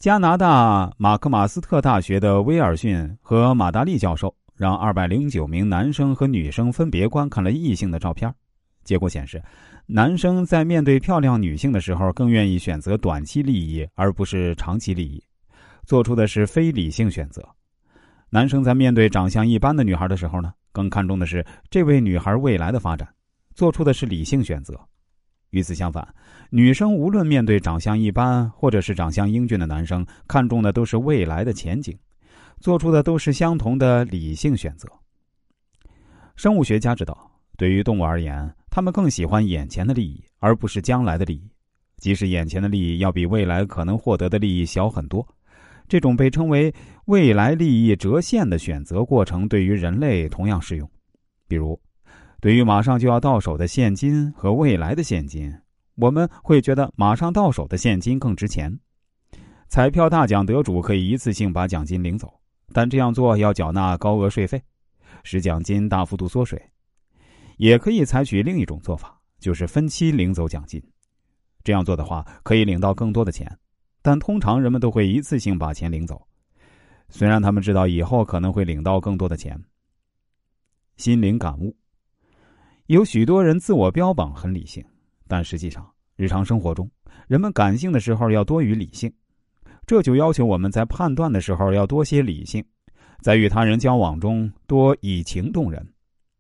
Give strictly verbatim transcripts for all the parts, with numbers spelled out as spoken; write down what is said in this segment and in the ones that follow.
加拿大马克马斯特大学的威尔逊和马达利教授让二百零九名男生和女生分别观看了异性的照片，结果显示，男生在面对漂亮女性的时候更愿意选择短期利益而不是长期利益，做出的是非理性选择。男生在面对长相一般的女孩的时候呢，更看重的是这位女孩未来的发展，做出的是理性选择。与此相反，女生无论面对长相一般或者是长相英俊的男生，看重的都是未来的前景，做出的都是相同的理性选择。生物学家知道，对于动物而言，他们更喜欢眼前的利益，而不是将来的利益，即使眼前的利益要比未来可能获得的利益小很多。这种被称为未来利益折现的选择过程对于人类同样适用。比如，对于马上就要到手的现金和未来的现金，我们会觉得马上到手的现金更值钱。彩票大奖得主可以一次性把奖金领走，但这样做要缴纳高额税费，使奖金大幅度缩水。也可以采取另一种做法，就是分期领走奖金。这样做的话，可以领到更多的钱，但通常人们都会一次性把钱领走，虽然他们知道以后可能会领到更多的钱。心灵感悟。有许多人自我标榜很理性，但实际上日常生活中，人们感性的时候要多于理性，这就要求我们在判断的时候要多些理性，在与他人交往中多以情动人。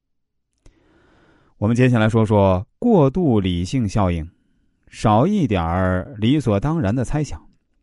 我们接下来说说过度理性效应，少一点理所当然的猜想。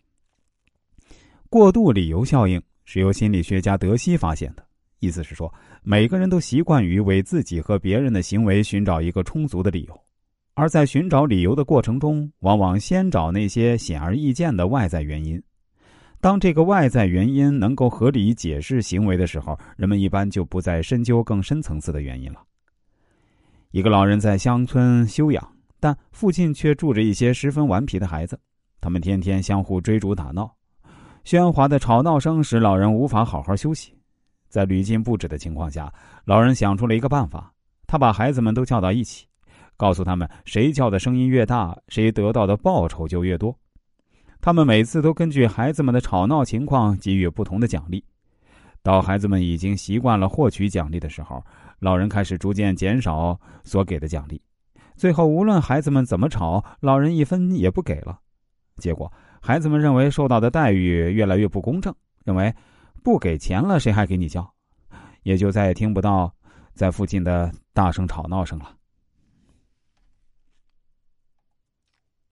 过度理由效应是由心理学家德西发现的，意思是说，每个人都习惯于为自己和别人的行为寻找一个充足的理由，而在寻找理由的过程中，往往先找那些显而易见的外在原因。当这个外在原因能够合理解释行为的时候，人们一般就不再深究更深层次的原因了。一个老人在乡村休养，但附近却住着一些十分顽皮的孩子，他们天天相互追逐打闹，喧哗的吵闹声使老人无法好好休息。在屡禁不止的情况下，老人想出了一个办法，他把孩子们都叫到一起，告诉他们谁叫的声音越大，谁得到的报酬就越多。他们每次都根据孩子们的吵闹情况给予不同的奖励。到孩子们已经习惯了获取奖励的时候，老人开始逐渐减少所给的奖励，最后无论孩子们怎么吵，老人一分也不给了。结果孩子们认为受到的待遇越来越不公正，认为不给钱了谁还给你叫，也就再也听不到在附近的大声吵闹声了。